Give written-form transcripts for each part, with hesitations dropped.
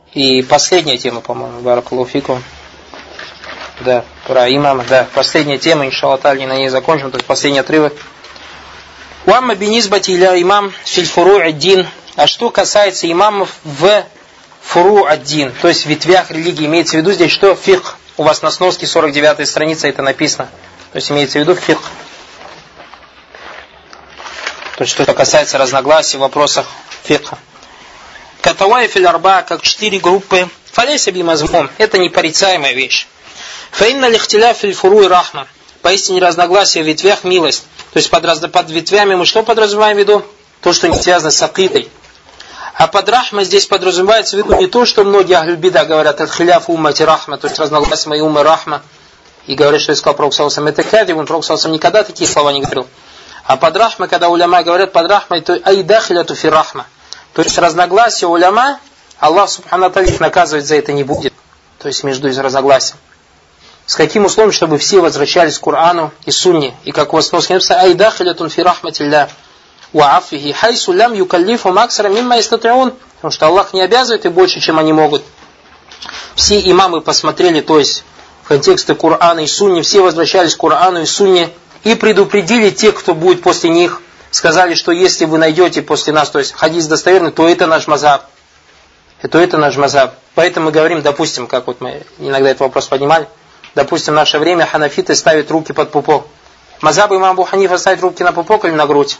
И последняя тема, по-моему, баракаллаху фикум. Да, про имама, да. Последняя тема, иншаллах та'аля, на ней закончим, то есть последний отрывок. Уамма бинизбати иля имам филь фуру ад-дин. А что касается имамов в фуру ад-дин, то есть в ветвях религии, имеется в виду здесь что? Фикх. У вас на сноске 49-й странице это написано. То есть имеется в виду фикх. То есть что касается разногласий в вопросах фикха. Катавай фил арба, как 4 группы. Фаляйся бимазмум. Это непорицаемая вещь. Фаинна лихтиля фил фуру и рахма. Поистине разногласия в ветвях милость. То есть под ветвями мы что подразумеваем в виду? То, что не связано с акидой. А под рахма здесь подразумевается в виду не то, что многие ахль-бида говорят аль-хиляф уммати рахма, то есть разногласия моей уммы рахма. И говорят, что искал Пророк саллаллаху алейхи ва саллям. Это кадиб, Пророк саллаллаху алейхи ва саллям никогда такие слова не говорил. А под рахма, когда уляма говорят под рахмой, то айдахиляту фи рахма. То есть разногласия уляма, Аллах субхану ва тааля их наказывать за это не будет. То есть между из разногласий. С каким условием, чтобы все возвращались к Корану и Сунне. И как у вас написано, айдахилятун фи рахматилля ва афихи хайсу лям юкаллифу максара мимма истатиун. Потому что Аллах не обязывает их больше, чем они могут. Все имамы посмотрели, то есть в контексте Корана и Сунни, все возвращались к Корану и Сунне и предупредили тех, кто будет после них. Сказали, что если вы найдете после нас, то есть хадис достоверный, то это наш мазхаб. Это наш мазхаб. Поэтому мы говорим, допустим, как вот мы иногда этот вопрос поднимали, допустим, в наше время ханафиты ставят руки под пупок. Мазхаб имама Абу Ханифа ставит руки на пупок или на грудь?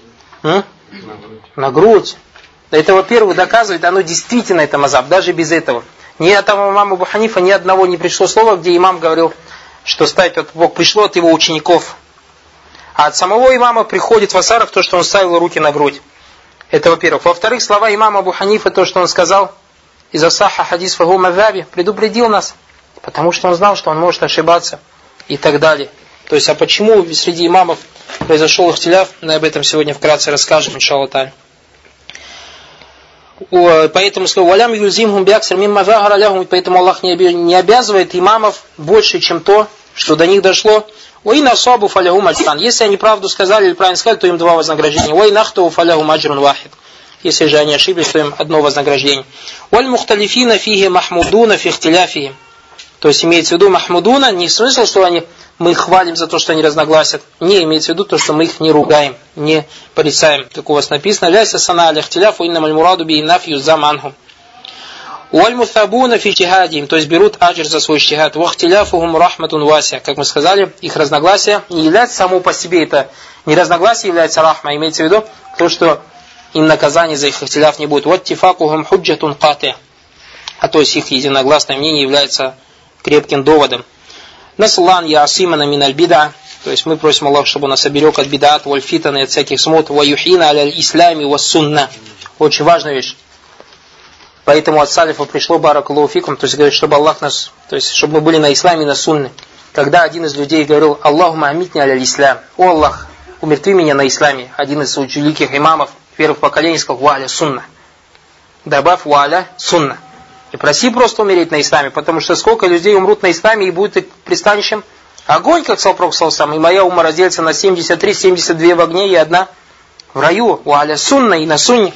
На грудь. Это, во-первых, доказывает, оно действительно это мазхаб, даже без этого. Ни от имама Абу Ханифа ни одного не пришло слова, где имам говорил, что ставить под пупок, пришло от его учеников. А от самого имама приходит в асарах то, что он ставил руки на грудь. Это во-первых. Во-вторых, слова имама Абу Ханифа, то, что он сказал, из-за саха хадис фагу мазхаби, предупредил нас, потому что он знал, что он может ошибаться и так далее. То есть, а почему среди имамов произошел ихтиляф, мы об этом сегодня вкратце расскажем, иншаллах та'аля. Поэтому слово «Валям юльзимхум биаксар мимма загара лягум», поэтому Аллах не обязывает имамов больше, чем то, что до них дошло. «Уин асабу фалягум аджран». Если они правду сказали или правильно сказали, то им 2 вознаграждения. «Уин ахтау фалягум аджрун вахид». Если же они ошиблись, то им 1 вознаграждение. «Валь мухталифина фиги махмудуна фи ихтиляфихи». То есть имеется в виду махмудуна, не смысл, что мы их хвалим за то, что они разногласят. Не, имеется в виду то, что мы их не ругаем, не порицаем. Как у вас написано, «Ляйса сана аляхтиляфу иннамаль мураду би иннафью заманхум». «Уаль мутhabуна фи ижтихадихим», то есть берут аджр за свой ижтихад. «Вахтиляфухум рахматун вася». Как мы сказали, их разногласия не является само по себе, это не разногласие является рахма, имеется в виду то, что им наказание за их ихтиляф не будет. «Ваттифакухум худжатун кати». А то есть их единогласное мнение является крепким доводом. «Наслан яасимана миналь бида». То есть мы просим Аллаха, чтобы он нас оберег от бидат, валь фитан и от всяких смут, ва юхина аляль ислами ва сунна. Очень важная вещь. Поэтому от салифа пришло баракаллаху фикум, то есть говорит, чтобы Аллах нас, то есть чтобы мы были на исламе и на сунне. Когда один из людей говорил: «Аллахума амитни аляль ислам», «О Аллах, умертви меня на исламе», один из великих имамов первых поколений сказал: «Ва аля сунна». Добавь «Ва аля сунна». И проси просто умереть на исламе, потому что сколько людей умрут на исламе и будут их пристанищем? Огонь, как сказал Пророк саллаллаху алейхи ва саллям, и моя умма разделится на 73-72 в огне и 1 в раю. «Ва аля сунна», и на сунне.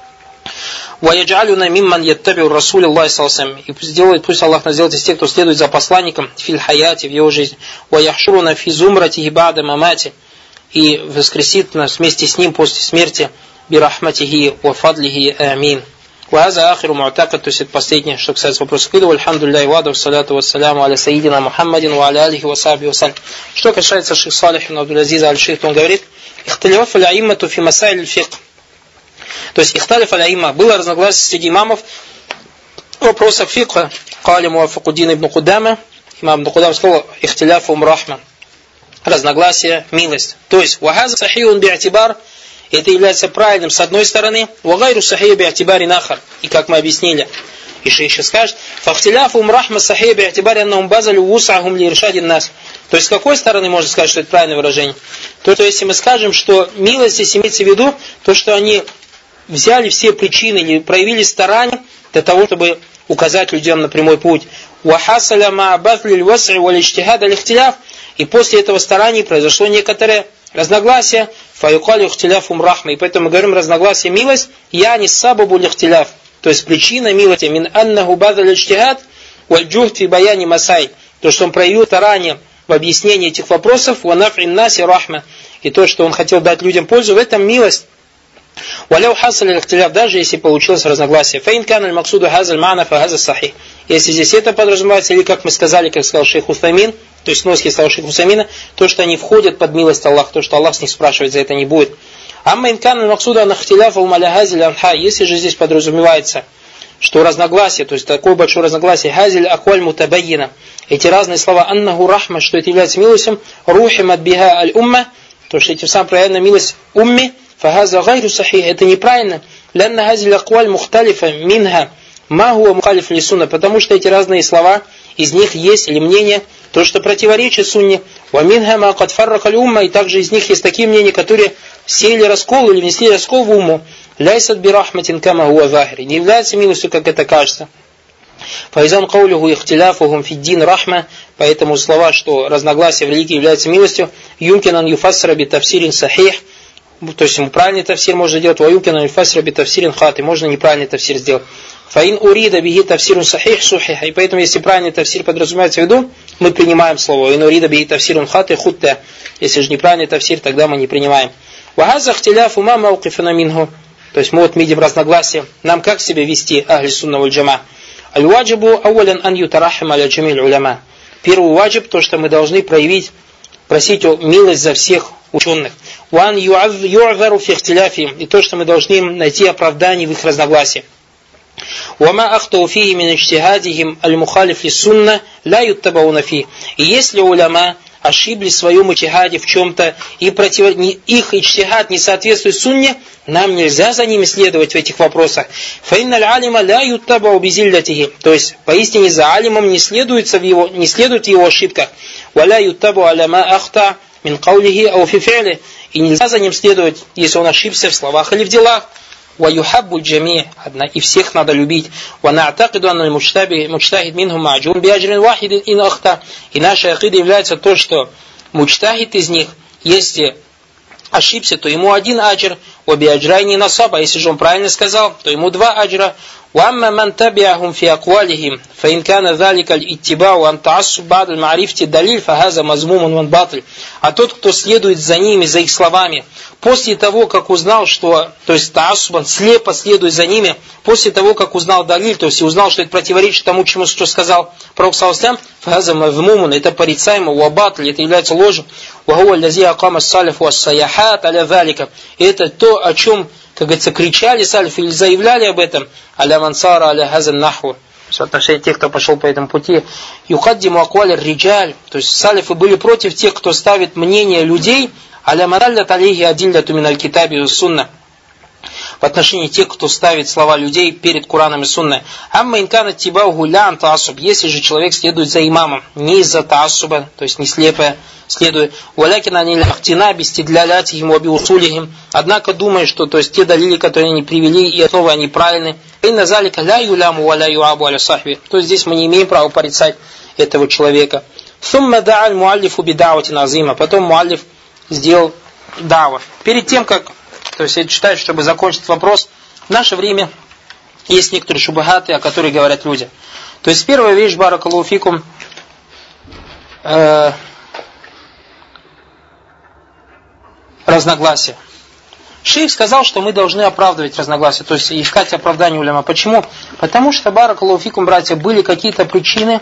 «Ваяджалюна мимман яттабиу расуля Аллахи саллаллаху алейхи ва саллям». И сделает, пусть Аллах нас сделает из тех, кто следует за посланником филь хаяти, в его жизни. «Ваяхшуруна фи зумратихи ба'да мамати». И воскресит нас вместе с ним после смерти. «Бирахматихи ва фадлихи амин». «Ваза ахиру му'такад», то есть это последнее, что касается вопроса киду. «Альхамдулиллахи ва салату вассаляму аля саидина Мухаммадин ва аля алихи ва сахбихи вассалям». Что касается шейх Салих ибн Абдул-Азиз аль-Шейх, он говорит: «Ихтилаф аль-аиммату фи масаиль аль-фикх». То есть ихталиф аль-аимма, было разногласие среди имамов в вопросах фикха. Кали Муафакуддин ибн Кудама, имам ибн Кудам сказал: «Ихтиляфу рахма», разногласие, милость. То есть «Вахаза сахиун би'атибар», это является правильным с одной стороны, «Вагайру сахия би'атибари нахар», и как мы объяснили, и шейх сейчас скажет: «Фахтиляфу рахма сахия би'атибари аннахум базалю вусахум ли иршадин нас». То есть с какой стороны можно сказать, что это правильное выражение? То есть если мы скажем, что милость здесь имеется в виду, то что они взяли все причины или проявили старание для того, чтобы указать людям на прямой путь. И после этого старания произошло некоторое разногласие. И поэтому мы говорим разногласие милость, я не сабабу лихтиляф. то есть причина милости, мин аннаху бадаль иджтихад валь джухд фи баяни масай, то, что он проявил старание в объяснении этих вопросов, ва наф'ин наси рахма, и то, что он хотел дать людям пользу, в этом милость. Валяу хасаль аль-ихтиляф, даже если получилось разногласие. Фаин кан аль-максуду хазаль мана фахаза сахих. Если здесь это подразумевается, или как мы сказали, как сказал шейх Усаймин, то есть носки сказал шейх Усаймина, то, что они входят под милость Аллаха, то, что Аллах с них спрашивает, за это не будет. Амма инкан аль-максуду ан-ихтиляф ал-малахазиль анха, если же здесь подразумевается, что разногласие, то есть такое большое разногласие, хазиль акваль мутабайина, эти разные слова, аннаху рахма, что это является милостью, рухим адбиха аль-умма, то, что этим самым проявлена милость умми, фахаза гайру сахих, это неправильно, лянна хазиль акваль мухталифа минха, ма хуа мухалиф ли сунна, потому что эти разные слова, из них есть или мнение, то, что противоречит сунне, ва минха ма кад фаррака аль-умма, и также из них есть такие мнения, которые сеяли раскол или внесли раскол в умму, ляйсат бирахматин кама хуа захри, не является милостью, как это кажется. Файзан каулюху ихтиляфухум фиддин рахма, поэтому слова, что разногласия в религии являются милостью, юмкинан юфассара би тафсирин сахих, то есть ему правильный тафсир можно делать, ва юмкинан юфассара би тафсирин хати, можно неправильный тафсир сделать. Фаин урида биги тафсирун сахих сухих, и поэтому если правильный тафсир подразумевается в виду, мы принимаем слово. Ин урида биги тафсирун хати хутта, если же неправильный тафсир, тогда мы не принимаем. Вахаза ихтиляфу ма мауқифана минху, то есть мы вот видим разногласия, нам как себя вести, ахли сунна валь джама. Аль-ваджибу ауалян ан ютарахим аля джамиль уляма. Первый ваджиб, то, что мы должны проявить, просить милость за всех ученых. Ван ю'азару фи ихтиляфи, и то, что мы должны найти оправдание в их разногласии. Вама ахтау фихи мин иджтихадихим аль-мухалиф лис-сунна ла юттабауна фи. И если уляма ошиблись в своем иджтихаде в чем-то, и их иджтихад не соответствует сунне, нам нельзя за ними следовать в этих вопросах. Фаинналь алима ля юттабау бизиллятихи. То есть, поистине за алимом не следует в его ошибках. Валя юттабау аляма ахта мин каулихи ау фи фи'ли. И нельзя за ним следовать, если он ошибся в словах или в делах. وَيُحَبُّ الْجَمِيعِ, и всех надо любить. وَنَعْتَقِدُ أَنَّ الْمُجْتَهِدْ مِنْهُمْ مَعْجُورٌ بِأَجْرٍ وَاحِدٍ إِنْ أَخْطَأَ. И наша акида является то, что муджтахид из них, если ошибся, то ему один аджр, وَبِأَجْرَيْنِ نَصَبَ, если же он правильно сказал, то ему два аджра. وَأَمَّا مَنْ تَبِعَهُمْ فِي أَقْوَالِهِمْ فَإِنْ كَانَ ذَلِكَ الْإِتِّبَاعُ وَأَنْ تَعَصُّبْ بَعْدَ الْمَعْرِفَةِ دَلِيلٌ فَهَذَا مَذْمُومٌ وَبَاطِلٌ. А тот, кто следует за ними, за их словами, после того, как узнал, что, то есть та'ассубан, слепо следует за ними, после того, как узнал далиль, то есть узнал, что это противоречит тому, что сказал пророк саллаллаху, фахаза мазмумун, это порицаемо, уабатль, это является ложью, вахуа лази акама салифу ас-саяхат аля залика. Это то, о чем, как говорится, кричали салифы или заявляли об этом, аля мансара аля хазан нахву. В отношении тех, кто пошел по этому пути. Юхаддиму акваль риджаль, то есть салифы были против тех, кто ставит мнение людей, аля мадаллят алейхи адилляту миналь китаби ва сунна, в отношении тех, кто ставит слова людей перед Кураном и Сунной. Амма инкана тибауху лян таасуб, если же человек следует за имамом, не из-за таасуба, то есть не слепо следует, валякина не лахтина бистидлялятихим ва биусулихим, однако думая, что то есть те далили, которые они привели, и основы они правильны, инна залика ля юляму ва ля юабу аля сахби, то есть здесь мы не имеем права порицать этого человека. Сумма да'аль муаллифу бидаватин азима, потом муаллиф сделал дава. Перед тем, как, то есть я читаю, чтобы закончить вопрос, в наше время есть некоторые шубахаты, о которых говорят люди. То есть первая вещь, баракаллаху фикум, разногласия. Шейх сказал, что мы должны оправдывать разногласия, то есть искать оправдание уляма. Почему? Потому что, баракаллаху фикум, братья, были какие-то причины,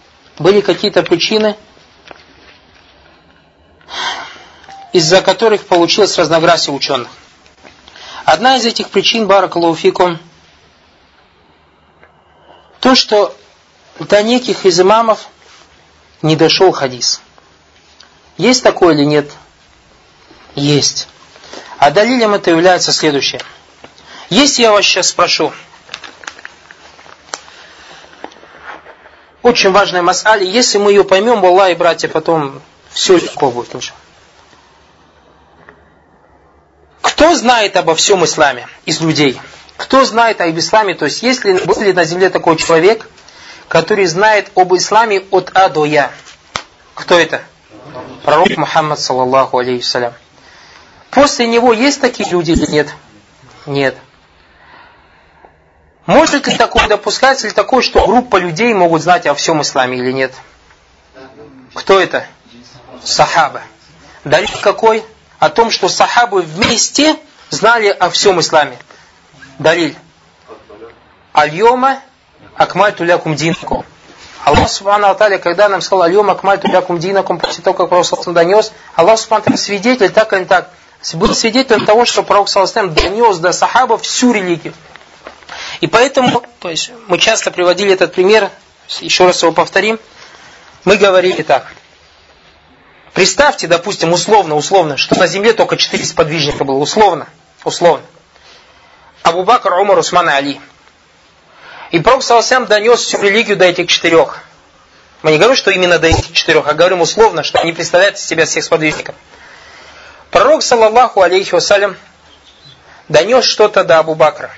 из-за которых получилось разногласие ученых. Одна из этих причин, баракаллаху фикум, то, что до неких из имамов не дошел хадис. Есть такое или нет? Есть. А далилем это является следующее. Если я вас сейчас спрошу, очень важная мас'аля, если мы ее поймем, валлахи, братья, потом все легко будет уже. Кто знает обо всем исламе из людей? Кто знает об исламе? То есть, был ли на земле такой человек, который знает об исламе от А до Я? Кто это? Пророк Мухаммад, саллаллаху алейхи вассалям. После него есть такие люди или нет? Нет. Может ли такое допускаться, или такое, что группа людей могут знать о всем исламе или нет? Кто это? Сахаба. Далиль какой? О том, что сахабы вместе знали о всем исламе. Далиль. Аль-йома акмальту лякум динакум. Аллах Субхану ва Тааля, когда нам сказал аль-йома акмальту лякум динакум, после того, как Пророк саллаллаху алейхи ва саллям донес, Аллах Субхану ва Тааля свидетель, так или так, был свидетелем того, что Пророк саллаллаху алейхи ва саллям донес до сахабов всю религию. И поэтому, то есть, мы часто приводили этот пример, еще раз его повторим, мы говорили так. Представьте, допустим, условно, что на земле только 4 сподвижника было, условно. Абу Бакр, Умар, Усман и Али. И Пророк саллаллаху алейхи ва саллям донес всю религию до этих 4. Мы не говорим, что именно до этих 4, а говорим условно, что они представляют из себя всех сподвижников. Пророк саллаллаху алейхи ва саллям донес что-то до Абу Бакра.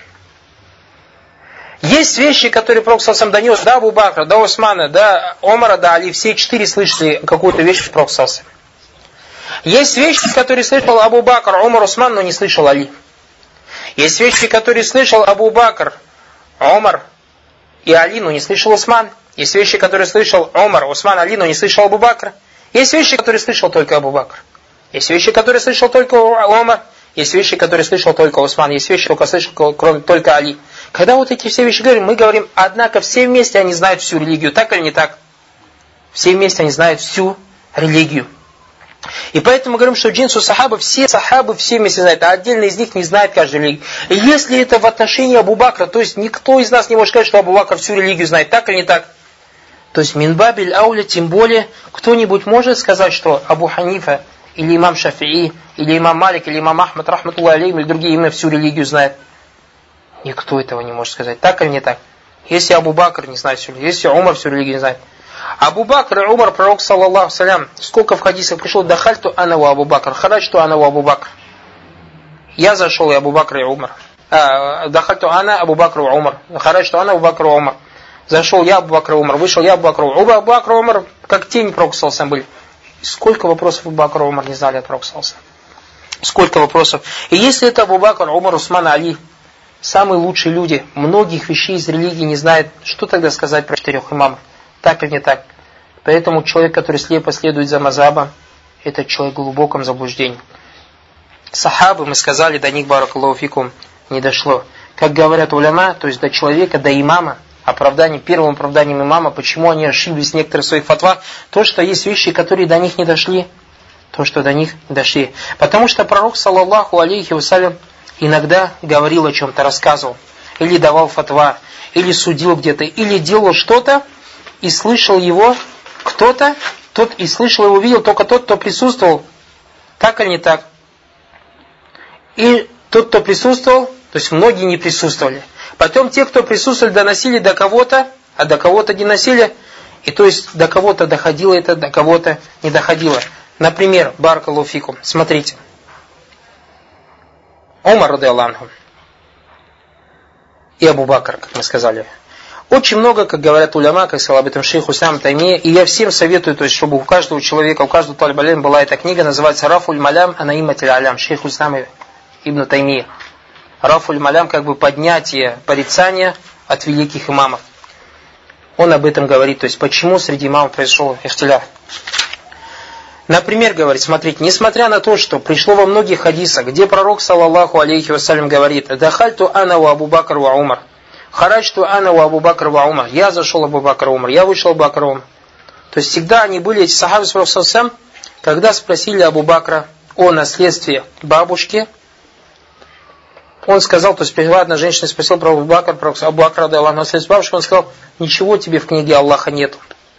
Есть вещи, которые Пророк саллаллаху алейхи ва саллям донес до Абу Бакра, до Усмана, до Омара, до Али. Все 4 слышали какую-то вещь в Пророк саллаллаху алейхи ва саллям. Есть вещи, которые слышал Абу Бакр, Умар, Усман, но не слышал Али. Есть вещи, которые слышал Абу Бакр, Умар и Али, но не слышал Усман. Есть вещи, которые слышал Умар, Усман, Али, но не слышал Абу Бакр. Есть вещи, которые слышал только Абу Бакр. Есть вещи, которые слышал только Умар. Есть вещи, которые слышал только Усман. Есть вещи, которые слышал только Али. Когда вот эти все вещи говорим, мы говорим, однако все вместе они знают всю религию. Так или не так? Все вместе они знают всю религию. И поэтому мы говорим, что джинсу сахабы все вместе знают, а отдельно из них не знает каждый религию. И если это в отношении Абу Бакра, то есть никто из нас не может сказать, что Абу Бакр всю религию знает, так или не так? То есть минбабиль ауля, тем более, кто-нибудь может сказать, что Абу Ханифа, или имам Шафии, или имам Малик, или имам Ахмад, рахматуллахи алейхим, или другие именно всю религию знают? Никто этого не может сказать, так или не так? Если Абу Бакр не знает всю религию, если Умар всю религию не знает. Абу Бакр и Умар, пророк саллаллаху салям, сколько в хадисах пришло, дахальту ана ва Абу Бакр, хараджту ана ва Абу Бакр. Я зашел, и Абу Бакр и Умар. Дахальту ана Абу Бакр и Умар, хараджту ана Абу Бакр и Умар. Зашел я, Абу Бакр и Умар, вышел я, Абу Бакр и Умар. Абу Бакр и Умар, как тень пророка саллаллаху алейхи ва саллям были. Сколько вопросов Абу Бакр и Умар не знали от пророка саллаллаху алейхи ва саллям. Сколько вопросов. И если это Абу Бакр, Умар, Усман, Али, самые лучшие люди, многих вещей из религии не знают, что тогда сказать про 4 имамов? Так или не так? Поэтому человек, который слепо следует за мазхабом, это человек в глубоком заблуждении. Сахабы, мы сказали, до них, баракаллаху фикум, не дошло. Как говорят уляма, то есть до человека, до имама, первым оправданием имама, почему они ошиблись в некоторых своих фатва, то, что есть вещи, которые до них не дошли, то, что до них не дошли. Потому что пророк, саллаллаху алейхи вассалям, иногда говорил о чем-то, рассказывал, или давал фатва, или судил где-то, или делал что-то, и слышал его кто-то, тот и слышал его, видел только тот, кто присутствовал. Так или не так? И тот, кто присутствовал, то есть многие не присутствовали. Потом те, кто присутствовали, доносили до кого-то, а до кого-то не носили. И то есть до кого-то доходило это, до кого-то не доходило. Например, баракаллаху фикум. Смотрите. Умар радиаллаху анху и Абу Бакр, как мы сказали. Очень много, как говорят уляма, как сказал об этом шейх Ислам Таймия, и я всем советую, то есть, чтобы у каждого человека, у каждого талиб аль-илм была эта книга, называется Рафуль Малям Анаиматиль Алям, шейх Ислам Ибн Таймия. Рафуль Малям, как бы поднятие порицания от великих имамов. Он об этом говорит, то есть, почему среди имамов произошел ихтиляф. Например, говорит, смотрите, несмотря на то, что пришло во многих хадисах, где пророк, саллаллаху алейхи вассалям, говорит, «Дахальту ана ва Абу Бакр ва Умар». Хараджту ана ва Абу Бакр ва Умар. Я зашел Абу Бакр Умар, я вышел Абу Бакр Умар. То есть всегда они были, эти сахабы с Пророком, когда спросили Абу Бакра о наследстве бабушки, он сказал, то есть пришла одна женщина, спросила про Абу Бакр, про Абу Бакра, да Аллах, наследство бабушки, он сказал, ничего тебе в книге Аллаха нету.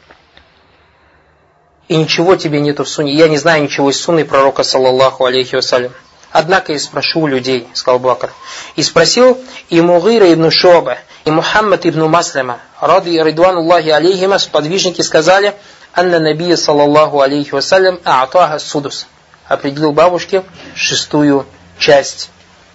И ничего тебе нету в сунне. Я не знаю ничего из сунны пророка, саллаллаху алейхи вассалям. Однако я спрошу у людей, сказал Абу Бакр. И спросил и Мугира ибн Шуаба, и Мухаммад ибн Маслама, ради ридвануллахи алейхима, сподвижники сказали, анна набия, саллаллаху алейхи вассалям, а'таха судус. Определил бабушке 6-ю часть.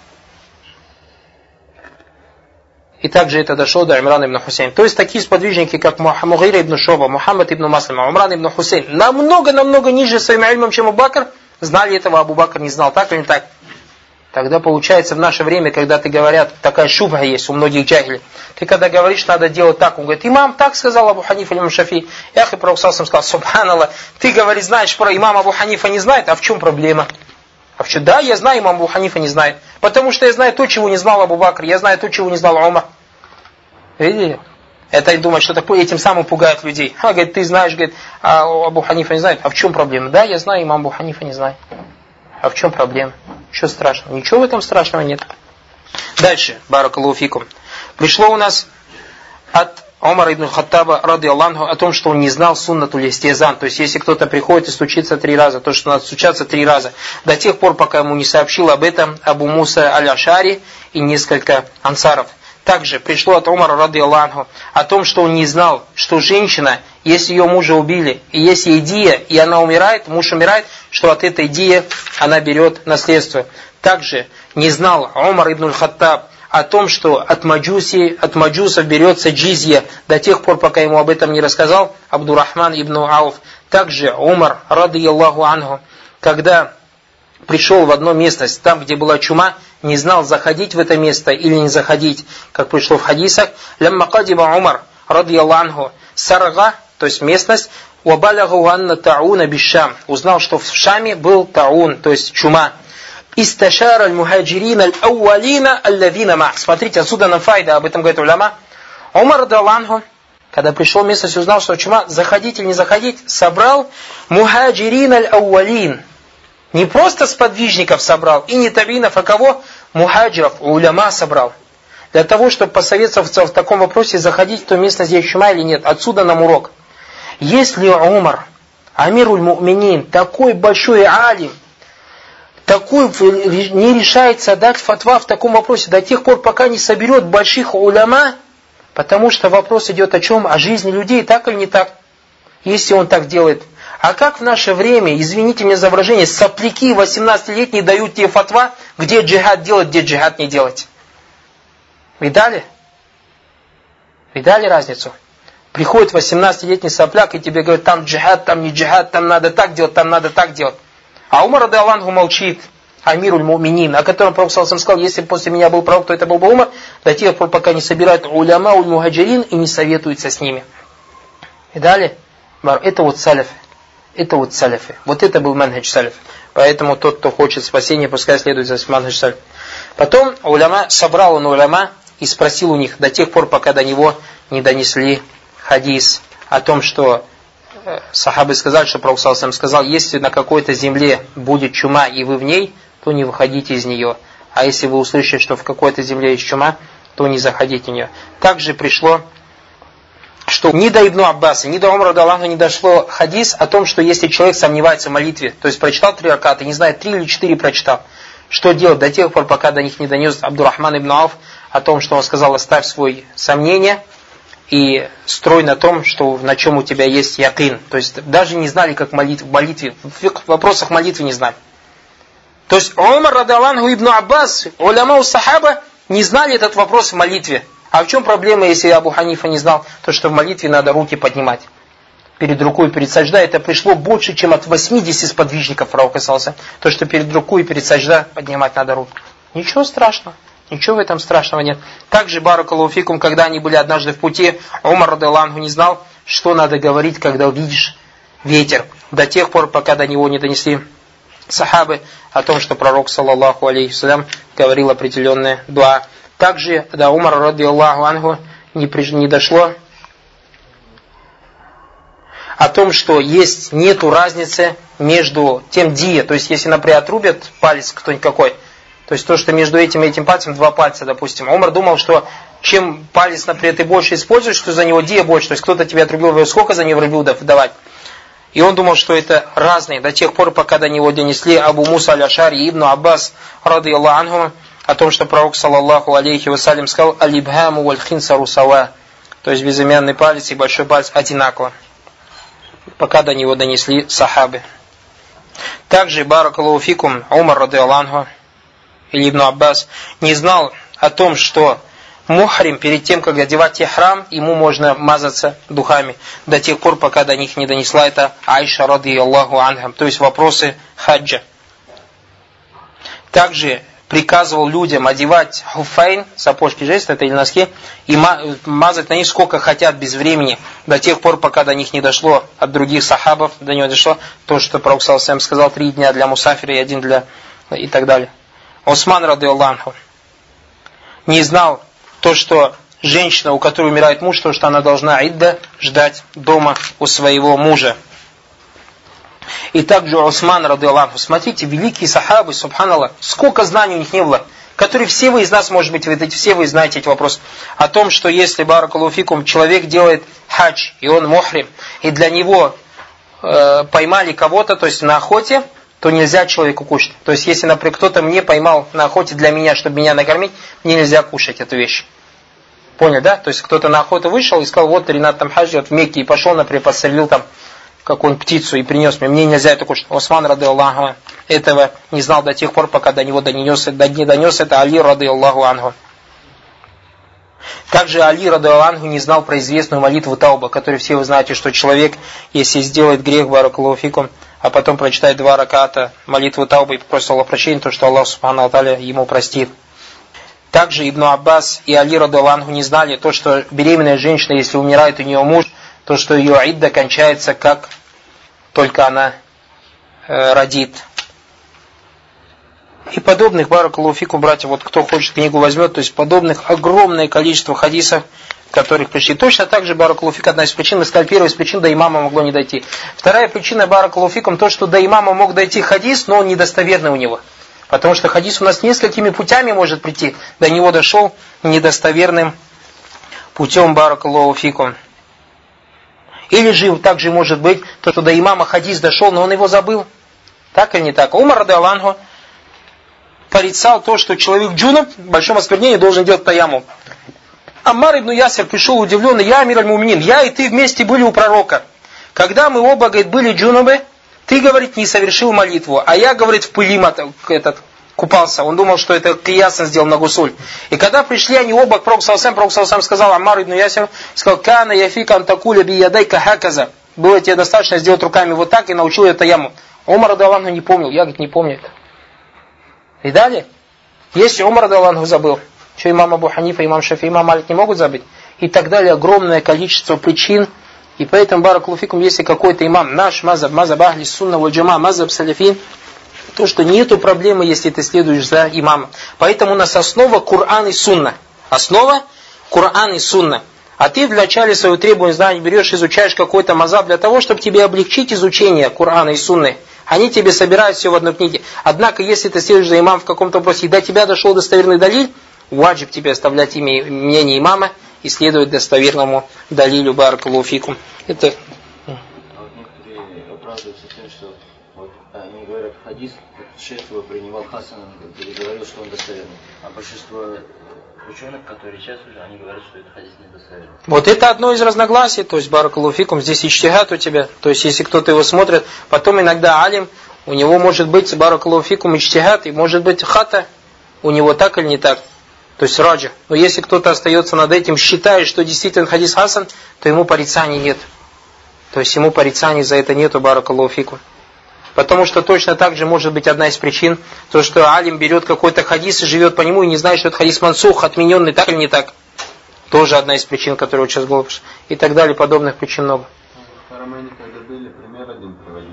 И также это дошло до Имрана ибн Хусейн. То есть такие сподвижники, как Мугира ибн Шуаба, Мухаммад ибн Маслама, Умран ибн Хусейн, намного ниже своим ильмом, чем Абу Бакр, знали этого, Абу Бакр не знал. Так или не так? Тогда получается в наше время, когда ты говорят, такая шубха есть у многих джахилей, ты когда говоришь, надо делать так, он говорит, имам так сказал Абу Ханифа, имам Шафии. Ях и Пророк сказал, субханаллах, ты говоришь, знаешь про имама Абу Ханифа не знает, а в чем проблема? А в чем? Да, я знаю, имам Абу Ханифа не знает. Потому что я знаю то, чего не знал Абу Бакр, я знаю то, чего не знал Умар. Видели? Это думать, что такое, этим самым пугает людей. Говорит, ты знаешь, говорит, а Абу Ханифа не знает. А в чем проблема? Да, я знаю, имам Абу Ханифа не знает. А в чем проблема? Что страшного? Ничего в этом страшного нет. Дальше, баракаллаху фикум. Пришло у нас от Умара ибн Хаттаба, ради Аллаху, о том, что он не знал суннатуль истизан. То есть, если кто-то приходит и стучится 3 раза, то, что надо стучаться 3 раза. До тех пор, пока ему не сообщил об этом Абу Муса аль-Ашари и несколько ансаров. Также пришло от Умара, ради Аллаху, о том, что он не знал, что женщина, если ее мужа убили, и если ей дия, и она умирает, муж умирает, что от этой дии она берет наследство. Также не знал Умар ибн Хаттаб о том, что от маджусов берется джизья до тех пор, пока ему об этом не рассказал Абдурахман ибн Ауф. Также Умар, ради Аллаху анху, когда пришел в одну местность, там, где была чума, не знал, заходить в это место или не заходить, как пришло в хадисах. Лямма кадиба Умар, ради Аллаху анху, сарга, то есть местность, уабалягу анна тауна бишам, узнал, что в Шаме был таун, то есть чума. Исташара аль-мухаджирина аль-ауалина аллавина ма. Смотрите, отсюда нам файда, об этом говорит уляма. Умар ради Аллаху анху, когда пришел в местность и узнал, что чума, заходить или не заходить, собрал мухаджирин аль-ауалин. Не просто сподвижников собрал, и не табинов, а кого? Мухаджиров, уляма собрал. Для того, чтобы посоветоваться в таком вопросе, заходить в ту местность, где чума или нет. Отсюда нам урок. Если Умар, амируль му'минин, такой большой алим, такой не решается дать фатва в таком вопросе до тех пор, пока не соберет больших уляма, потому что вопрос идет о чем? О жизни людей, так или не так? Если он так делает. А как в наше время, извините меня за выражение, сопляки 18-летние дают тебе фатва, где джихад делать, где джихад не делать? Видали? Видали разницу? Приходит 18-летний сопляк и тебе говорит, там джихад, там не джихад, там надо так делать, там надо так делать. А Умар ради Аллаху молчит, амируль му'минин, о котором Пророк сказал, если после меня был пророк, то это был бы Умар, до тех пор, пока не собирают уляма уль-мухаджирин и не советуются с ними. Видали? Это вот салифы. Это вот салифы. Вот это был манхадж салиф. Поэтому тот, кто хочет спасения, пускай следует за манхадж салиф. Потом собрал он уляма и спросил у них до тех пор, пока до него не донесли хадис о том, что сахабы сказали, что Пророк сказал, если на какой-то земле будет чума и вы в ней, то не выходите из нее. А если вы услышите, что в какой-то земле есть чума, то не заходите в нее. Также пришло, что ни до Ибн Аббаса, ни до Умара Аллаху не дошло хадис о том, что если человек сомневается в молитве, то есть прочитал 3 раката, не знает, 3 или 4 прочитал, что делать до тех пор, пока до них не донес Абдурахман ибн Ауф о том, что он сказал, оставь свои сомнения и строй на том, что на чем у тебя есть якин. То есть даже не знали, как в молитве, в вопросах молитвы не знали. То есть Умар ради Аллаху ибн Аббас, уляма у сахаба не знали этот вопрос в молитве. А в чем проблема, если Абу Ханифа не знал, то что в молитве надо руки поднимать перед рукой, перед саджда? Это пришло больше, чем от 80 сподвижников пророка саллаллаху алейхи ва саллям. То, что перед рукой и перед саджда поднимать надо руки. Ничего страшного. Ничего в этом страшного нет. Также, баракаллаху фикум, когда они были однажды в пути, Умар ради Аллаху не знал, что надо говорить, когда увидишь ветер. До тех пор, пока до него не донесли сахабы о том, что пророк, саллаллаху алейхи ва саллям, говорил определенное дуа. Также до Умара ради Аллаху анху не дошло о том, что нету разницы между тем дия, то есть если, например, отрубят палец кто-нибудь какой, то есть то, что между этим и этим пальцем 2 пальца, допустим. Умар думал, что чем палец, например, ты больше используешь, что за него дия больше, то есть кто-то тебя отрубил, сколько за него рубил давать. И он думал, что это разные, до тех пор, пока до него донесли Абу Муса аль-Ашари и Ибн Аббас ради Аллаху анху, о том, что пророк, саллаллаху алейхи ва саллям, сказал «Алибхаму валь-хинсару сава», то есть безымянный палец и большой палец одинаково, пока до него донесли сахабы. Также, баракаллаху фикум, Умар ради Аллаху анху или Ибн Аббас не знал о том, что мухрим, перед тем, как одевать ихрам, ему можно мазаться духами, до тех пор, пока до них не донесла это Айша ради Аллаху анха, то есть вопросы хаджа. Также приказывал людям одевать хуффайн, сапожки жест, это или носки, и мазать на них сколько хотят без времени, до тех пор, пока до них не дошло, от других сахабов, до него дошло то, что Пророк саллаллаху алейхи ва саллям сказал, 3 дня для мусафира и 1 для... и так далее. Усман радийаллаху анху не знал то, что женщина, у которой умирает муж, то, что она должна идда ждать дома у своего мужа. И также Усман радийаллаху анху, смотрите, великие сахабы, субханаллах, сколько знаний у них не было, которые все вы из нас, может быть, все вы знаете эти вопросы, о том, что если, баракаллаху фикум, человек делает хадж, и он мухрим, и для него поймали кого-то, то есть на охоте, то нельзя человеку кушать. То есть, если, например, кто-то мне поймал на охоте для меня, чтобы меня накормить, мне нельзя кушать эту вещь. Понял, да? То есть, кто-то на охоту вышел и сказал, вот Ринат там хадж в Мекке, и пошел, например, подстрелил там какую-нибудь птицу и принес мне нельзя это кушать. Усман радийаллаху этого не знал до тех пор, пока до него не донес это Али радийаллаху анху. Также Али радийаллаху анху не знал про известную молитву Тауба, которую все вы знаете, что человек, если сделает грех, баракаллаху фикум, а потом прочитает 2 раката молитву Таубы и попросит Аллаха прощения, то что Аллах субхану ва тааля ему простит. Также Ибн Аббас и Али радийаллаху анху не знали то, что беременная женщина, если умирает у нее муж, то что ее идда кончается, как только она родит. И подобных, баракаллаху фикум, братья, вот кто хочет книгу возьмет, то есть подобных огромное количество хадисов, которых пришли. Точно так же, баракаллаху фикум, одна из причин, мы сказали, первая из причин, до имама могло не дойти. Вторая причина, баракаллаху фикум, то, что до имама мог дойти хадис, но он недостоверный у него. Потому что хадис у нас несколькими путями может прийти. До него дошел недостоверным путем, баракаллаху фикум. Или же также может быть, то, что до имама хадис дошел, но он его забыл. Так или не так? Умар радийаллаху анху порицал то, что человек джунуб в большом осквернении должен делать таяммум. Аммар ибн Ясир пришел удивленный, я амир аль-муминин, я и ты вместе были у пророка. Когда мы оба, говорит, были джунубы, ты, говорит, не совершил молитву, а я, говорит, в пыли купался. Он думал, что это киясан сделал на гусуль. И когда пришли они оба к Пророку саллаллаху алейхи ва саллям, сказал Аммар ибн Ясир, сказал, кана яфика антакуля би ядайка хаказа. Было тебе достаточно сделать руками вот так, и научил это яму. Умар радийаллаху анху не помнил, я, говорит, не помню это. И далее, если Умар радийаллаху анху забыл, что имам Абу Ханифа, имам Шафи, имам Малик не могут забыть, и так далее, огромное количество причин, и поэтому, баракаллаху фикум, если какой-то имам, наш мазаб ахли сунна валь джама, мазаб саляфин, то, что нету проблемы, если ты следуешь за имамом. Поэтому у нас основа Кур'ан и Сунна. Основа Кур'ан и Сунна. А ты в начале своего требования знаний берешь, изучаешь какой-то мазаб для того, чтобы тебе облегчить изучение Кур'ана и Сунны. Они тебе собирают все в одной книге. Однако, если ты следуешь за имамом в каком-то вопросе, и до тебя дошел достоверный далиль, ваджиб тебе оставлять мнение имама и следовать достоверному далилю, баракаллаху фикум. Это... А вот некоторые оправдываются тем, что вот, они говорят, хадис, шейх его принимал хасаном, и говорил, что он достоверный. А большинство ученых, которые сейчас уже, они говорят, что это хадис недостоверный. Вот это одно из разногласий, то есть, баракаллаху фикум, здесь ичтихад у тебя, то есть, если кто-то его смотрит, потом иногда алим, у него может быть, баракаллаху фикум, ичтихад, и может быть хата, у него так или не так. То есть раджа. Но если кто-то остается над этим, считает, что действительно хадис хасан, то ему порицаний нет. То есть ему порицаний за это нету, баракаллаху фикум. Потому что точно так же может быть одна из причин, то что алим берет какой-то хадис и живет по нему и не знает, что это хадис мансух, отмененный, так или не так. Тоже одна из причин, которая вот сейчас была. И так далее, подобных причин много. В Харамейне, когда были, пример один приводили,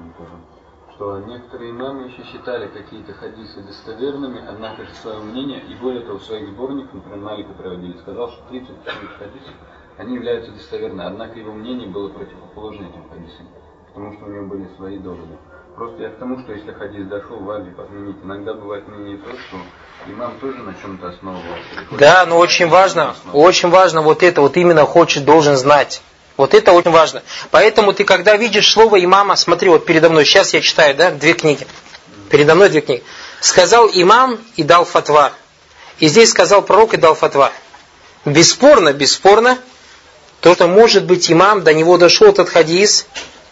что некоторые имамы еще считали какие-то хадисы достоверными, однако же свое мнение, и более того, в своих сборниках, например, Малика приводили, сказал, что 30 хадисов, они являются достоверными, однако его мнение было противоположно этим хадисам, потому что у него были свои доводы. Просто я к тому, что если хадис дошел, ваджиб отменить. Иногда бывает мнение то, что имам тоже на чем-то основывался. Да, но очень важно вот это, вот именно должен знать. Вот это очень важно. Поэтому ты, когда видишь слово имама, смотри, вот передо мной, сейчас я читаю, да, 2 книги. Передо мной 2 книги. Сказал имам и дал фатва. И здесь сказал пророк и дал фатва. Бесспорно, то, что может быть имам, до него дошел этот хадис,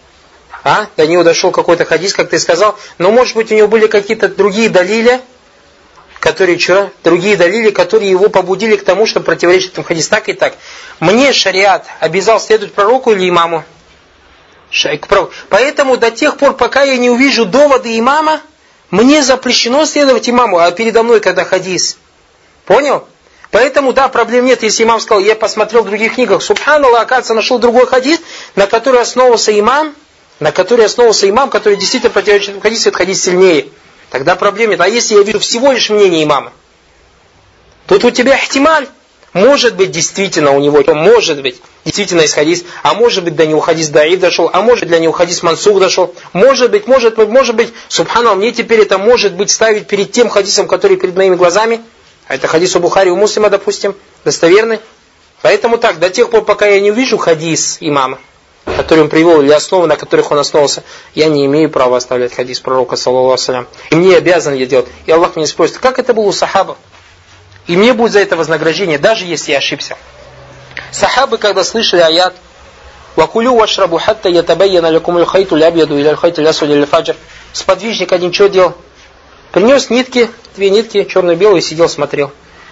до него дошел какой-то хадис, как ты сказал, но может быть у него были какие-то другие далили, которые его побудили к тому, чтобы противоречить этому хадису. Так и так. Мне шариат обязал следовать пророку или имаму? Поэтому до тех пор, пока я не увижу доводы имама, Мне запрещено следовать имаму, а передо мной когда хадис. Понял? Поэтому, да, проблем нет, если имам сказал, я посмотрел в других книгах, субханаллах, оказывается, нашел другой хадис, на который основывался имам, который действительно противоречит этому хадису, этот хадис сильнее. Тогда проблем нет. А если я вижу всего лишь мнение имама, тут у тебя ихтималь. Может быть, действительно у него, может быть, действительно есть хадис, а может быть, до него хадис даиф дошел, а может, для него хадис мансух дошел. Может быть, субханаллах, мне теперь это может быть ставить перед тем хадисом, который перед моими глазами. А это хадис у Бухари, у Муслима, допустим, достоверный. Поэтому так, до тех пор, пока я не увижу хадис имама, который он привел, или основы, на которых он основался, я не имею права оставлять хадис пророка, саллаллаху алейхи ва саллям. И мне обязан я делать. И Аллах меня спросит, как это было у сахабов? И мне будет за это вознаграждение, даже если я ошибся. Сахабы, когда слышали аят, «Вакулю вашрабу хатта ятабайяна лякум аль-хайту лябьяду или аль-хайту лясуд или фаджр». Сподвижник один что делал? Принес нитки, 2 нитки, черно-белые, сидел, смотрел.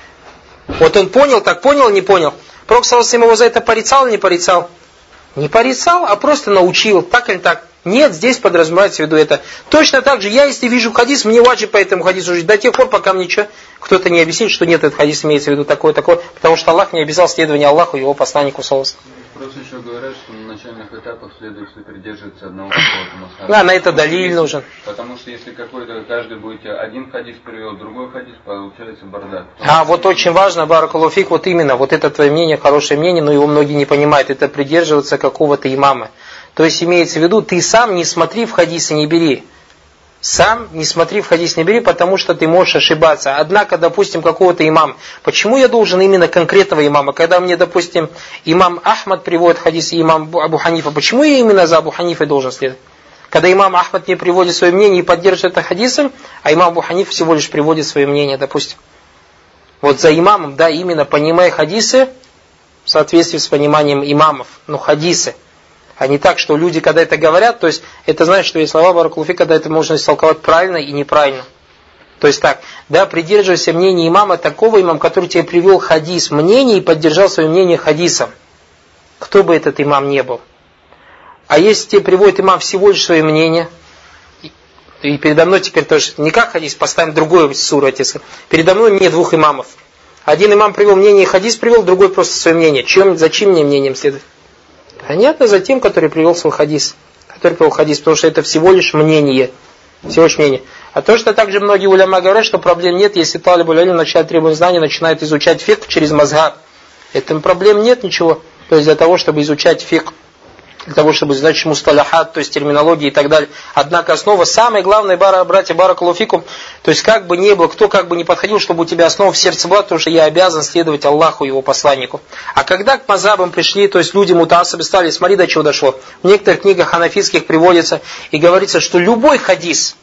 Вот он понял, так понял, не понял. Пророк саллаллаху алейхи ва саллям его за это порицал или не порицал? Не порицал, а просто научил, так или так. Нет, здесь подразумевается в виду это. Точно так же, я если вижу хадис, мне ваджиб по этому хадису жить до тех пор, пока мне кто-то не объяснит, что нет, этот хадис имеется в виду такое, потому что Аллах не обязал следование Аллаху и его посланнику, саллаллаху. Просто еще говорят, что на начальных этапах следует придерживаться одного какого-то масхаба. Да, на это далиль нужен. Потому что если каждый будет один хадис привел, другой хадис, получается бардак. Вот очень важно, баракаллаху фик, вот именно, вот это твое мнение, хорошее мнение, но его многие не понимают, это придерживаться какого-то имама. То есть имеется в виду, ты сам не смотри в хадисы, не бери. Сам не смотри в хадис, не бери, потому что ты можешь ошибаться. Однако, допустим, какого-то имама. Почему я должен именно конкретного имама? Когда мне, допустим, имам Ахмад приводит хадис и имам Абу Ханифа, почему я именно за Абу Ханифой должен следовать? Когда имам Ахмад не приводит свое мнение и поддерживает это хадисом, а имам Абу Ханиф всего лишь приводит свое мнение, допустим. Вот за имамом, да, именно понимай хадисы в соответствии с пониманием имамов, но хадисы. А не так, что люди, когда это говорят, то есть это значит, что есть слова баракаллаху фик, когда это можно истолковать правильно и неправильно. То есть так, да, придерживайся мнения имама, такого имама, который тебе привел хадис, мнение и поддержал свое мнение хадисом. Кто бы этот имам не был. А если тебе приводит имам всего лишь свое мнение, и передо мной теперь тоже, не как хадис, поставим другой суру, отец, передо мной мне 2 имамов. Один имам привел мнение и хадис привел, другой просто свое мнение. Зачем мне мнением следовать? Понятно, за тем, который привел свой хадис. Потому что это всего лишь мнение. Всего лишь мнение. А то, что также многие уляма говорят, что проблем нет, если талиб аль-илм начинает требовать знаний, начинает изучать фикх через мазхаб. Этому проблем нет ничего. То есть для того, чтобы изучать фикх, для того, чтобы знать мусталахат, то есть терминологии и так далее. Однако основа, самое главное, братья, баракаллаху фикум, то есть как бы ни было, кто как бы ни подходил, чтобы у тебя основа в сердце была, потому что я обязан следовать Аллаху и его посланнику. А когда к мазабам пришли, то есть люди мутассабы стали, смотри, до чего дошло. В некоторых книгах ханафитских приводится и говорится, что любой хадис,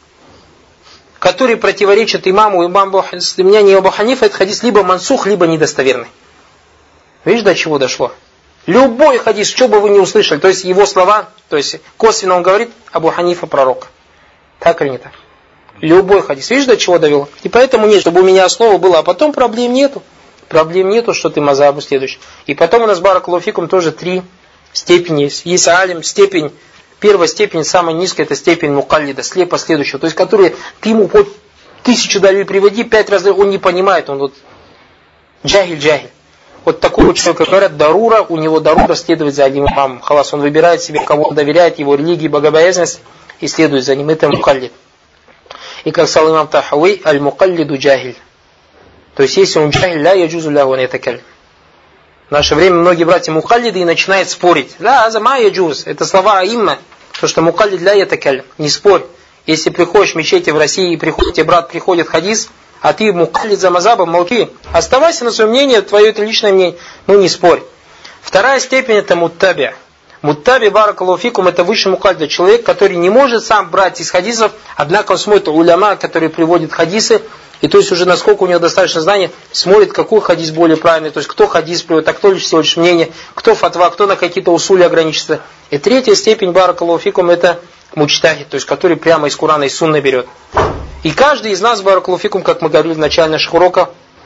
который противоречит имаму мнению Абу Ханифа, этот хадис либо мансух, либо недостоверный. Видишь, до чего дошло? Любой хадис, что бы вы не услышали, то есть его слова, то есть косвенно он говорит Абу Ханифа пророк. Так или не так? Любой хадис. Видишь, до чего довел? И поэтому нет, чтобы у меня основа была, а потом проблем нету. Проблем нету, что ты мазабу следуешь. И потом у нас баракаллаху фикум тоже 3 степени есть. Есть алим, степень, первая степень, самая низкая, это степень мукаллида, слепо следующего. То есть, который ты ему хоть 1000 далиль приводи, 5 раз, он не понимает, он вот джахиль. Вот такой вот человек, как говорят, дарура, у него дарура следовать за одним имамом. Халас, он выбирает себе, кого он доверяет, его религии, богобоязненность, и следует за ним. Это мукаллид. И как сказал имам Тахауи, аль-мукаллиду джахиль. То есть, если он джахиль, ля яджузу ля ван ятакаль. В наше время многие братья мукаллиды и начинают спорить. Ля азама яджуз. Это слова аимма. То, что мукаллид ля ятакаль. Не спорь. Если приходишь в мечети в России, и тебе брат приходит хадис, а ты мукаллид за мазабом, молчи. Оставайся на своем мнении, твое это личное мнение. Ну не спорь. Вторая степень это муттаби. Муттаби, баракаллаху фикум, это высший мукаллид. Человек, который не может сам брать из хадисов, однако он смотрит уляма, которые приводят хадисы, и то есть уже насколько у него достаточно знаний, смотрит, какой хадис более правильный, то есть кто хадис приводит, а кто лишь всего лишь мнение, кто фатва, кто на какие-то усули ограничится. И третья степень, баракаллаху фикум, это муджтахид, то есть который прямо из Курана и Сунны берет. И каждый из нас, баракаллаху фикум, как мы говорили в начале наших уроков,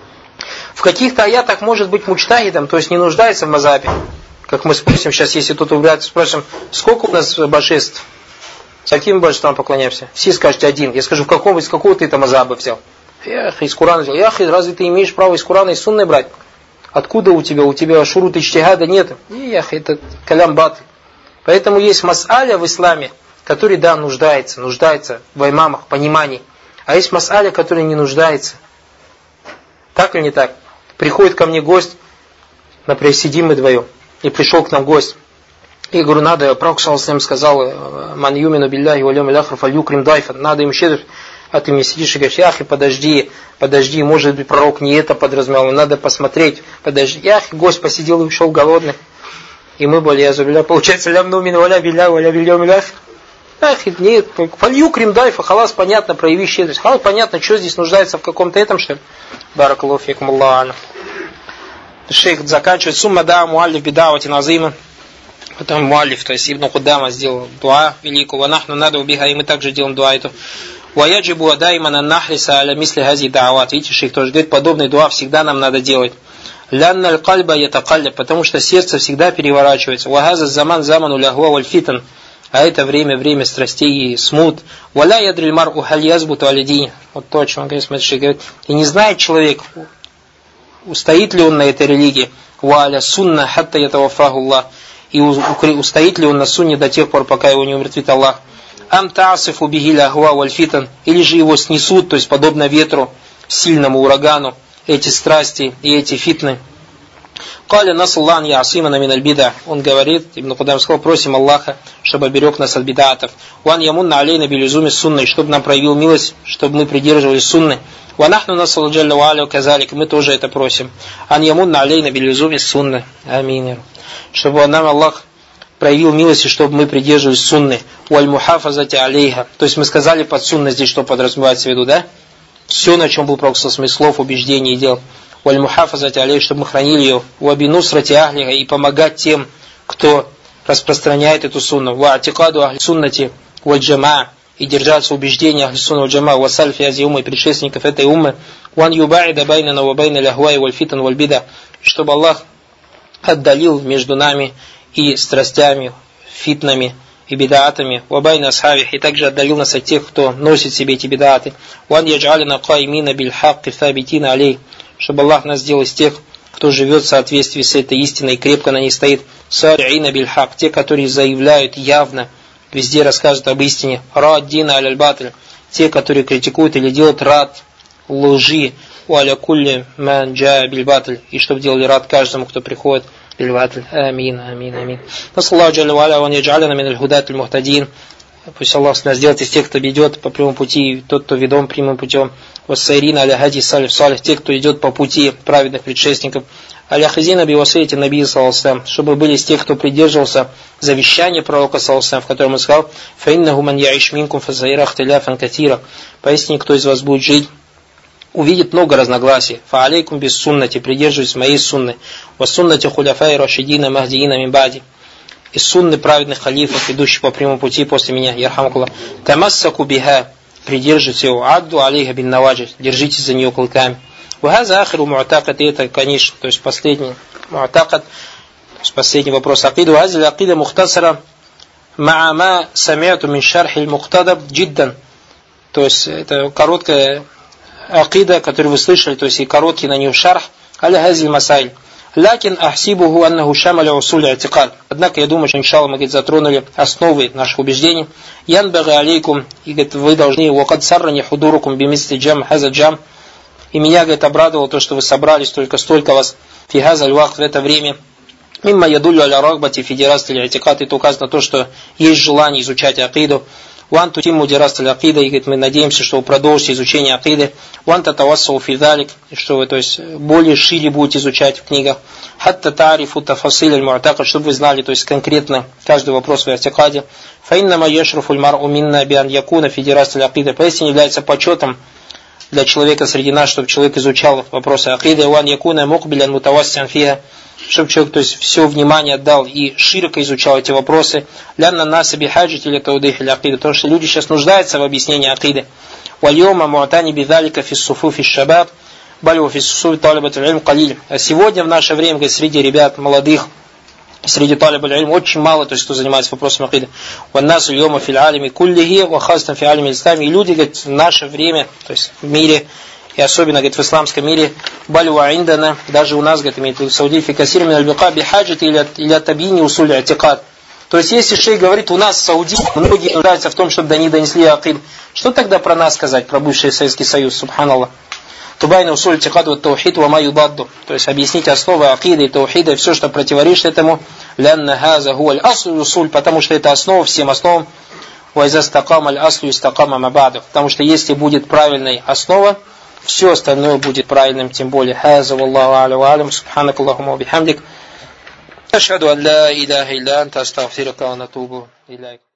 в каких-то аятах может быть муджтахидом, то есть не нуждается в мазабе. Как мы спросим сейчас, если тут спрашиваем, сколько у нас божеств? С каким большинством поклоняемся? Все скажете один. Я скажу, из какого ты там мазаба взял? Из Курана взял. Разве ты имеешь право из Курана и Сунны брать? Откуда у тебя? У тебя шурут ичтихада нет. Это калям батл. Поэтому есть мас'аля в исламе, который, да, нуждается в имамах, понимании. А есть мас'аля, который не нуждается. Так или не так? Приходит ко мне гость, например, сидим мы вдвоем, и пришел к нам гость. И говорю, надо, Пророк ﷺ сказал, ман юмину билляхи валь йомил ахир фальюкрим дайфан. Надо им щедро. А ты мне сидишь и говоришь, яхи, подожди, может быть, пророк не это подразумевал, надо посмотреть, подожди. Яхи, гость посидел и ушел голодный. И мы были, получается, лям нумин валя билля, валя бильем ляхи. Яхи, нет, фальюкрим дайфа, халас, понятно, прояви щедрость. Халас, понятно, что здесь нуждается в каком-то этом, что ли? Баракаллаху фикум Аллаху. Шейх заканчивает, сумма да муаллиф бидавати назима. Потом муаллиф, то есть Ибн Кудама сделал дуа великого, нахну надо убига, и мы также делаем дуа эту. Ваяджибу адаймана нахриса аля мисли хази даават. Видите, шейх тоже говорит, подобный дуа всегда нам надо делать. Лянна аль-кальба ятакалля, потому что сердце всегда переворачивается. Вахаза заман заману лягва валь фитан. А это время страстей и смут. Валя ядриль мар'у халь язбуту алидини. Вот то, о чем он говорит, смотри, шейх говорит. И не знает человек, устоит ли он на этой религии. Ва аля сунна хатта ятавафаху Аллах. И устоит ли он на сунне до тех пор, пока его не умертвит Аллах. Ам таасифу бихи лахва валь фитан. Или же его снесут, то есть подобно ветру, сильному урагану, эти страсти и эти фитны. Каля насаллан яасимана мин аль-бида. Он говорит, Ибн Кудам сказал, просим Аллаха, чтобы оберег нас от бидатов. Ван ямунна алейна билюзуми сунны, чтобы нам проявил милость, чтобы мы придерживались сунны. Ванахну насаллу джалля ва аля казалик, мы тоже это просим. Ан ямунна алейна билюзуми сунны. Амин. Чтобы нам Аллах проявил милость, чтобы мы придерживались сунны. Уаль мухафазати алейха. То есть мы сказали под сунной здесь, что подразумевается в виду, да? Все, на чем был Пророк слов, убеждений и дел. Уаль мухафазати алейха, чтобы мы хранили ее. Уабинусрати ахлиха, и помогать тем, кто распространяет эту сунну. Ва атикаду ахли суннати валь джама, и держаться убеждения ахли сунна валь джама, ва сальфи ази уммы, предшественников этой уммы. Ван юбаида байнана ва байна ляхвай валь фитан валь бида. Чтобы Аллах отдалил между нами и страстями, фитнами и бидаатами, вабайна асхавих, и также отдалил нас от тех, кто носит в себе эти бидааты. Ван яджалина каймина биль хакки фабитина алей, чтобы Аллах нас сделал из тех, кто живет в соответствии с этой истиной и крепко на ней стоит. Сари'ина биль хак, те, которые заявляют явно, везде рассказывают об истине. Раддина аль-батль, те, которые критикуют или делают рад лжи. Уаля кулли ман джа биль батль, и чтобы делали рад каждому, кто приходит. Амин, амин, амин. Насаллаху джалля ва аля, ван яджаляна мин аль-худат аль-мухтадин. Пусть Аллах нас сделает из тех, кто идет по прямому пути, тот, кто ведом прямым путем. Вассайрина аля хади салиф салих, те, кто идет по пути праведных предшественников. Аля хазина би васайти наби саллаллаху, чтобы были из тех, кто придерживался завещания пророка саллаллаху, в котором он сказал: фаиннаху ман яиш минкум фазайра ихтиляфан катира. Поистине, кто из вас будет жить, увидит много разногласий. Фа алейкум бис суннати, придерживайтесь моей сунны. Ва суннати хуляфай рашидина махдиина мин бади. Из сунны праведных халифов, идущих по прямому пути после меня. Ярхамакуллах. Тамассаку биха, придерживайтесь его. Адду алейха бин наваджид, держитесь за нее клыками. Вахаза ахиру муатакад, и это, конечно, то есть последний муатакад, то есть последний вопрос акиду. Вазил акида мухтасара ма'ама самиату мин шархи муктадаб джиддан. То есть это короткая акида, которую вы слышали, то есть и короткий на нее шарх. Аля хазиль масайль. Лакин ахсибуху аннаху шамаля усуля атикад. Однако я думаю, что иншалла мы затронули основы наших убеждений. Янбага алейкум, и говорит, вы должны, вакад саррани худурукум бимисли джам хаза джам. И меня, говорит, обрадовало то, что вы собрались столько вас фигаза аль-вахт в это время. Мимма ядулю аля рагбати фидираст или атикад. Это указано то, что есть желание изучать акиду. Ван тутимму дираст аль-акида, и говорит, мы надеемся, что вы продолжите изучение акиды. Ван татавассау фидалик, что вы, то есть, более шире будете изучать в книгах. Хатта тарифу тафасиль аль-муатакад, чтобы вы знали, то есть, конкретно каждый вопрос в атикаде. Фаиннама яшрафу аль-мар'у минна биан якуна фидираст аль-акида. Поистине является почетом для человека среди нас, чтобы человек изучал вопросы акиды. Ван якуна мукбилян мутавассиан фиха, чтобы человек, то есть, все внимание отдал и широко изучал эти вопросы. Лянна нас бихаджит или таудых или акида, потому что люди сейчас нуждаются в объяснении акиды. Вальома муатани бидалика фиссуфу фишшабаб, балю фиссуфу талибат аль-илм калиль. А сегодня в наше время, говорит, среди ребят молодых среди талиб аль-илм очень мало, то есть кто занимается вопросом акиды. Ваннасу йома фил алими куллихи, вахастан фи алими ислами. И люди, говорит, в наше время, то есть в мире, и особенно, говорит, в исламском мире, балюа индана, даже у нас, говорит, имеет в Сауди фикасир мин аль-бика бихаджит или табини усуль атикад. То есть, если шейх говорит, у нас в Сауди многие нуждаются в том, чтобы до них донесли акид, что тогда про нас сказать, про бывший Советский Союз, субханаллах? Тубайна усуль атикад ва таухид ва ма юдадду. То есть, объяснить основы акиды и таухида, и все, что противоречит этому, лянна хаза хуаль аслу усуль, потому что это основа всем основам, ва иза стакам аль аслу истакама мабаду. Потому что, если будет правильная основа, все остальное будет правильным, тем более. Хаза валлаху а'ля ва алям, субханак Аллахумма ва бихамдик. أشهد أن لا إله إلا أنت أستغفرك ونتوب إليك